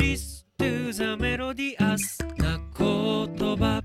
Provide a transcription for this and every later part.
Listen to the melodious な言葉。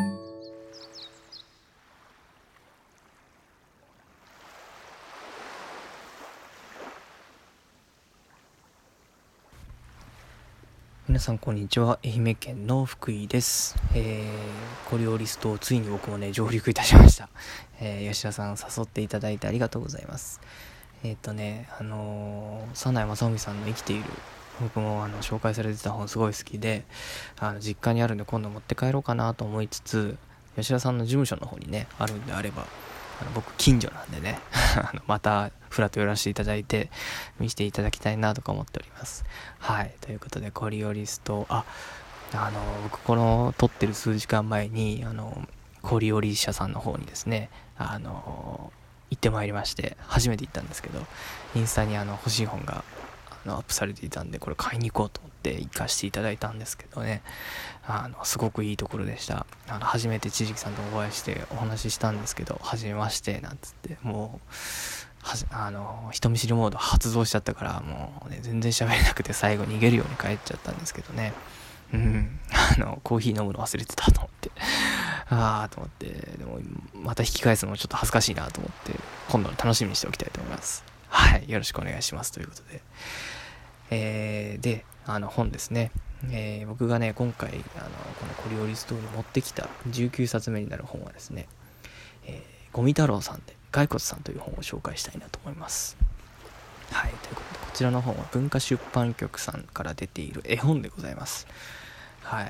皆さんこんにちは。愛媛県の福井です。コリオリストついに僕もね上陸いたしました。吉田さん誘っていただいてありがとうございます。早苗正臣さんの生きている、僕も紹介されてた本すごい好きで、実家にあるんで今度持って帰ろうかなと思いつつ、吉田さんの事務所の方にねあるんであれば、僕近所なんでねまたフラッと寄らせていただいて見せていただきたいなとか思っております。はい、ということでコリオリスト、僕この撮ってる数時間前にコリオリ社さんの方にですね行ってまいりまして、初めて行ったんですけど、インスタに欲しい本がアップされていたんで、これ買いに行こうと思って行かせていただいたんですけどね、すごくいいところでした。初めて千々木さんとお会いしてお話ししたんですけど、初めましてなんつって、もう人見知りモード発動しちゃったから、もうね全然喋れなくて最後逃げるように帰っちゃったんですけどね。コーヒー飲むの忘れてたと思ってと思って、でもまた引き返すのもちょっと恥ずかしいなと思って、今度楽しみにしておきたいと思います。はい、よろしくお願いしますということで、で本ですね、僕がね今回このコリオリストに持ってきた19冊目になる本はですね、五味太郎さんで骸骨さんという本を紹介したいなと思います。はい、ということでこちらの本は文化出版局さんから出ている絵本でございます。はい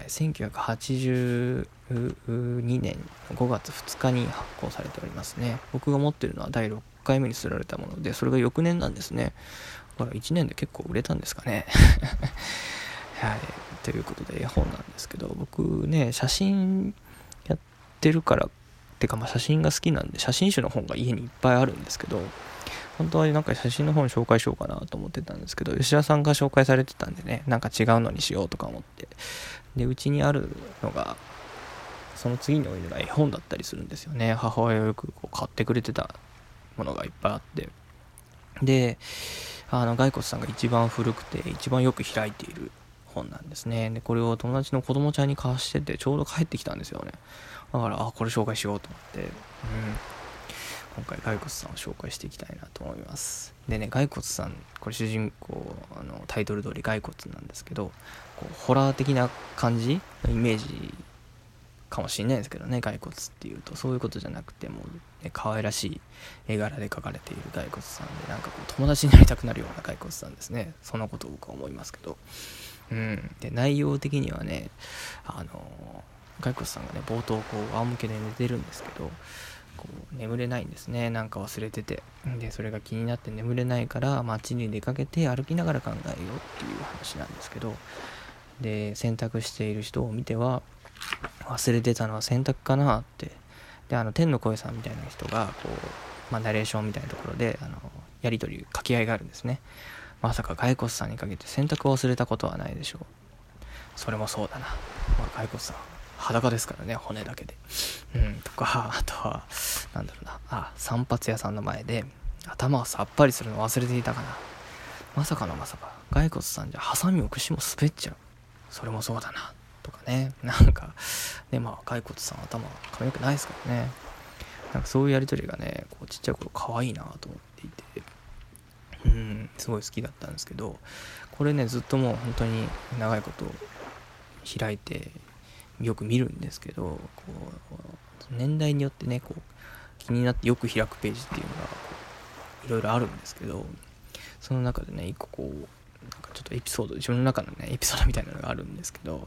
、1982年5月2日に発行されておりますね。僕が持っているのは第6回目に刷られたもので、それが翌年なんですね。だから1年で結構売れたんですかねはい、ということで絵本なんですけど、僕ね写真やってるからってか、写真が好きなんで写真集の本が家にいっぱいあるんですけど、本当はなんか写真の本紹介しようかなと思ってたんですけど、吉田さんが紹介されてたんでね、なんか違うのにしようとか思って、でうちにあるのがその次に置いるのが絵本だったりするんですよね。母親がよくこう買ってくれてたものがいっぱいあって、で骸骨さんが一番古くて一番よく開いている本なんですね。でこれを友達の子供ちゃんに貸してて、ちょうど帰ってきたんですよね。だからこれ紹介しようと思って、今回骸骨さんを紹介していきたいなと思います。でね、骸骨さん、これ主人公タイトル通り骸骨なんですけど、こうホラー的な感じのイメージかもしれないですけどね、骸骨っていうとそういうことじゃなくて、もう、ね、可愛らしい絵柄で描かれている骸骨さんで、なんかこう友達になりたくなるような骸骨さんですね。そのことを僕は思いますけど、で内容的にはね、骸骨さんがね冒頭こう仰向けで寝てるんですけど、こう眠れないんですね。なんか忘れてて、でそれが気になって眠れないから街に出かけて歩きながら考えようっていう話なんですけど、で洗濯している人を見ては、忘れてたのは洗濯かなって、で天の声さんみたいな人がこう、ナレーションみたいなところでやり取り掛け合いがあるんですね。まさか骸骨さんにかけて洗濯を忘れたことはないでしょう。それもそうだな、骸骨さん裸ですからね、骨だけで、とか、あとはなんだろうな、散髪屋さんの前で頭をさっぱりするの忘れていたかな。まさか骸骨さんじゃハサミも串も滑っちゃう。それもそうだなとかね。なんかね、骸骨さん頭髪の毛ないですからね。なんかそういうやり取りがね、こうちっちゃい頃可愛いなと思っていて、すごい好きだったんですけど、これねずっともう本当に長いこと開いてよく見るんですけど、こう年代によってねこう気になってよく開くページっていうのがいろいろあるんですけど、その中でね一個こうなんかちょっとエピソード、自分の中のねエピソードみたいなのがあるんですけど、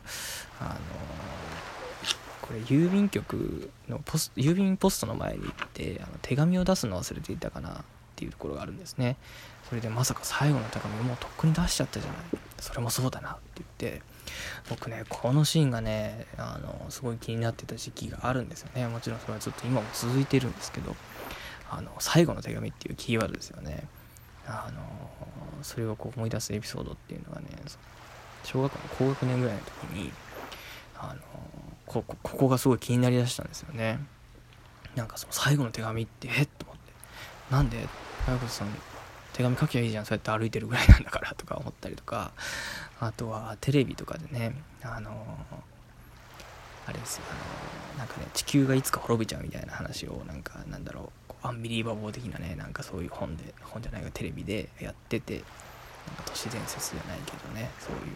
これ郵便局の郵便ポストの前に行って手紙を出すの忘れていたかなっていうところがあるんですね。それでまさか最後の手紙をもうとっくに出しちゃったじゃない、それもそうだなって言って、僕ねこのシーンがねすごい気になってた時期があるんですよね。もちろんそれはずっと今も続いてるんですけど、最後の手紙っていうキーワードですよね。それをこう思い出すエピソードっていうのがね、小学校の高学年ぐらいの時にここがすごい気になりだしたんですよね。なんかその最後の手紙ってと思って、なんで骸骨さん手紙書きゃいいじゃん、そうやって歩いてるぐらいなんだからとか思ったりとか、あとはテレビとかでね、あれですよ、なんかね、地球がいつか滅びちゃうみたいな話をアンビリーバボー的なね、なんかそういう本じゃないか、テレビでやってて、なんか都市伝説じゃないけどね、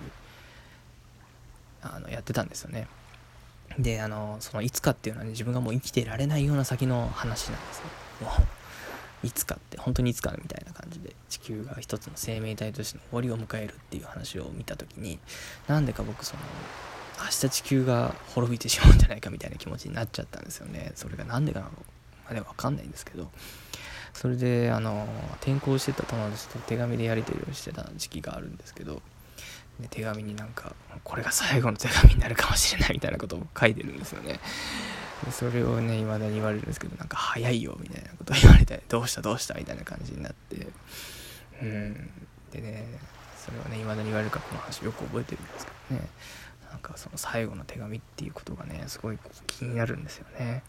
そういうやってたんですよね。でそのいつかっていうのはね、自分がもう生きていられないような先の話なんですよ。もういつかって本当にいつかみたいな感じで、地球が一つの生命体としての終わりを迎えるっていう話を見た時に、なんでか僕明日地球が滅びてしまうんじゃないかみたいな気持ちになっちゃったんですよね。それがなんでかまでは分かんないんですけど、それで転校してた友達と手紙でやり取りをしてた時期があるんですけど、で手紙になんかこれが最後の手紙になるかもしれないみたいなことを書いてるんですよね。でそれをね、未だに言われるんですけど、なんか早いよみたいなことを言われて、どうしたみたいな感じになって、でね、それをね未だに言われるからこの話よく覚えてるんですけどね、なんかその最後の手紙っていうことがね、すごい気になるんですよね。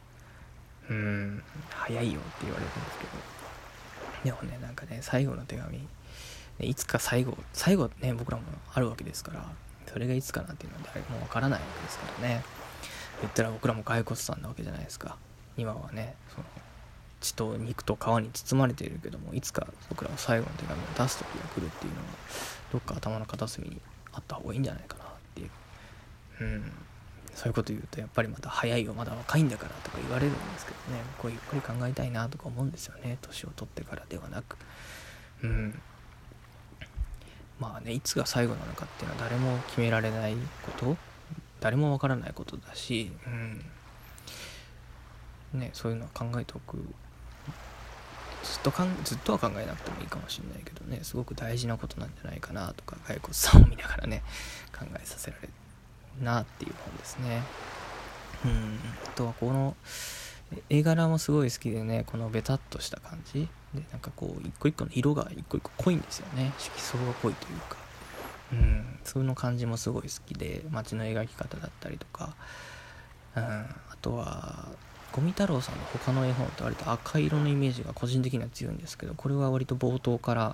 早いよって言われるんですけど、でもね、なんかね、最後の手紙、いつか最後ね、僕らもあるわけですから、それがいつかなんていうのは誰もわからないわけですからね。言ったら僕らも骸骨さんなわけじゃないですか。今はね、その血と肉と皮に包まれているけども、いつか僕らは最後の手紙を出す時が来るっていうのは、どっか頭の片隅にあった方がいいんじゃないかなっていう、そういうこと言うと、やっぱりまた早いよ、まだ若いんだからとか言われるんですけどね、こうゆっくり考えたいなとか思うんですよね、年を取ってからではなく。まあね、いつが最後なのかっていうのは誰も決められないこと、誰もわからないことだし、ね、そういうのは考えておく、ずっとは考えなくてもいいかもしれないけどね、すごく大事なことなんじゃないかなとか、骸骨さんを見ながらね、考えさせられるなっていう本ですね。あとはこの絵柄もすごい好きでね、このベタっとした感じで、なんかこう一個一個の色が一個一個濃いんですよね。色相が濃いというか、そういうの感じもすごい好きで、街の描き方だったりとか、あとは五味太郎さんの他の絵本って割と赤色のイメージが個人的には強いんですけど、これは割と冒頭から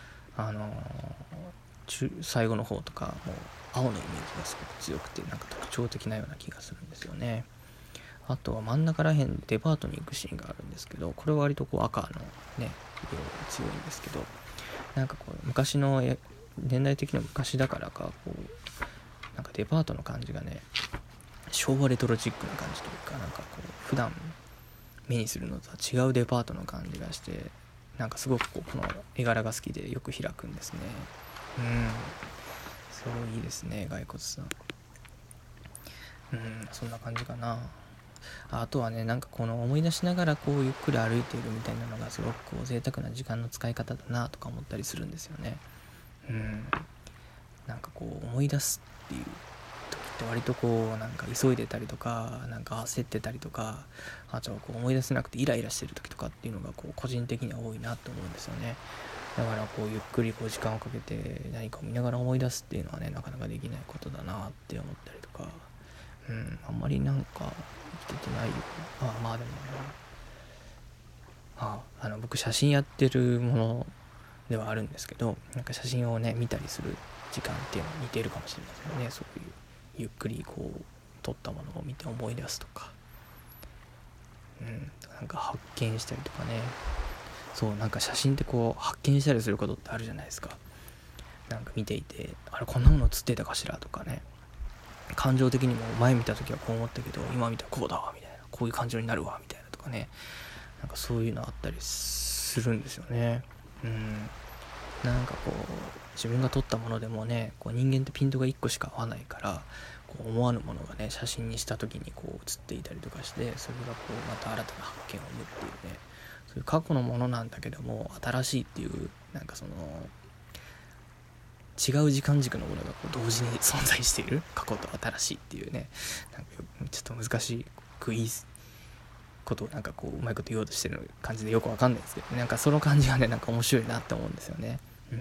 最後の方とかもう青のイメージがすごく強くて、なんか特徴的なような気がするんですよね。あとは真ん中ら辺でデパートに行くシーンがあるんですけど、これは割とこう赤のね色が強いんですけど、なんかこう昔の年代的には昔だからか、こうなんかデパートの感じがね、昭和レトロチックな感じというか、なんかこう普段目にするのとは違うデパートの感じがして、なんかすごくこの絵柄が好きでよく開くんですね。すごいいいですね、骸骨さん。そんな感じかな。あとはね、なんかこの思い出しながらこうゆっくり歩いているみたいなのがすごくこう贅沢な時間の使い方だなとか思ったりするんですよね。なんかこう思い出すっていう時って割とこうなんか急いでたりとか、なんか焦ってたりとか、あとはこう思い出せなくてイライラしてる時とかっていうのがこう個人的には多いなと思うんですよね。だからこうゆっくりこう時間をかけて何かを見ながら思い出すっていうのはね、なかなかできないことだなって思ったりとか、あんまりなんか生きててないような。まあでも僕写真やってるものではあるんですけど、なんか写真をね見たりする時間っていうのは似ているかもしれませんね。そういうゆっくりこう撮ったものを見て思い出すとか、なんか発見したりとかね。そうなんか写真ってこう発見したりすることってあるじゃないですか。なんか見ていて、あれこんなもの写ってたかしらとかね、感情的にも前見た時はこう思ったけど今見たらこうだわみたいな、こういう感情になるわみたいなとかね、なんかそういうのあったりするんですよね。なんかこう自分が撮ったものでもね、こう人間ってピントが1個しか合わないから、こう思わぬものがね写真にした時にこう写っていたりとかして、それがこうまた新たな発見を生むっていうね、そういう過去のものなんだけども新しいっていう、なんかその違う時間軸のものがこう同時に存在している、過去と新しいっていうね、なんかちょっと難しくいいことをなんかこううまいこと言おうとしてる感じでよくわかんないですけど、なんかその感じがねなんか面白いなって思うんですよね。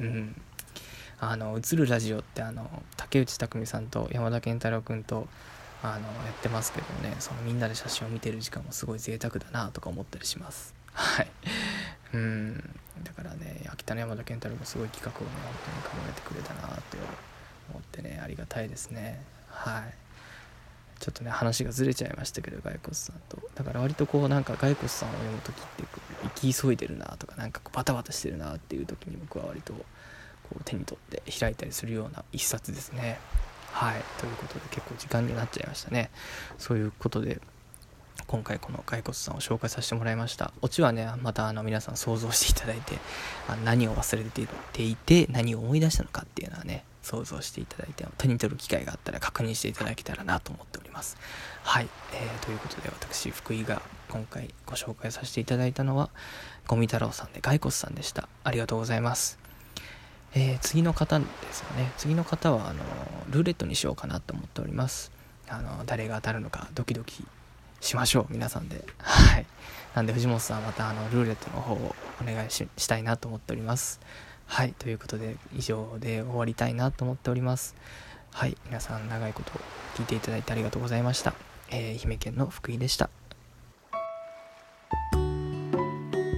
映るラジオって竹内匠さんと山田健太郎くんとやってますけどね、そのみんなで写真を見てる時間もすごい贅沢だなとか思ったりします。はい。だからね、飽きたの山田健太郎がすごい企画をね本当に考えてくれたなと思ってね、ありがたいですね。はい。ちょっとね話がずれちゃいましたけど、骸骨さんとだから割とこうなんか骸骨さんを読む時って行き急いでるなとか、なんかこうバタバタしてるなっていう時に僕は割とこう手に取って開いたりするような一冊ですね。はい。ということで結構時間になっちゃいましたね。そういうことで今回この骸骨さんを紹介させてもらいました。オチはねまた皆さん想像していただいて、何を忘れていて何を思い出したのかっていうのはね想像していただいて、手に取る機会があったら確認していただけたらなと思っております。はい、ということで私福井が今回ご紹介させていただいたのはゴミ太郎さんで骸骨さんでした。ありがとうございます。次の方ですよね。次の方はルーレットにしようかなと思っております。誰が当たるのかドキドキしましょう皆さんで。はい。なんで藤本さんまたルーレットの方をお願いしたいなと思っております。はい。ということで以上で終わりたいなと思っております。はい。皆さん長いこと聞いていただいてありがとうございました。愛媛県の福井でした。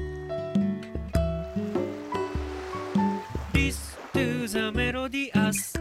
Listen to the melody as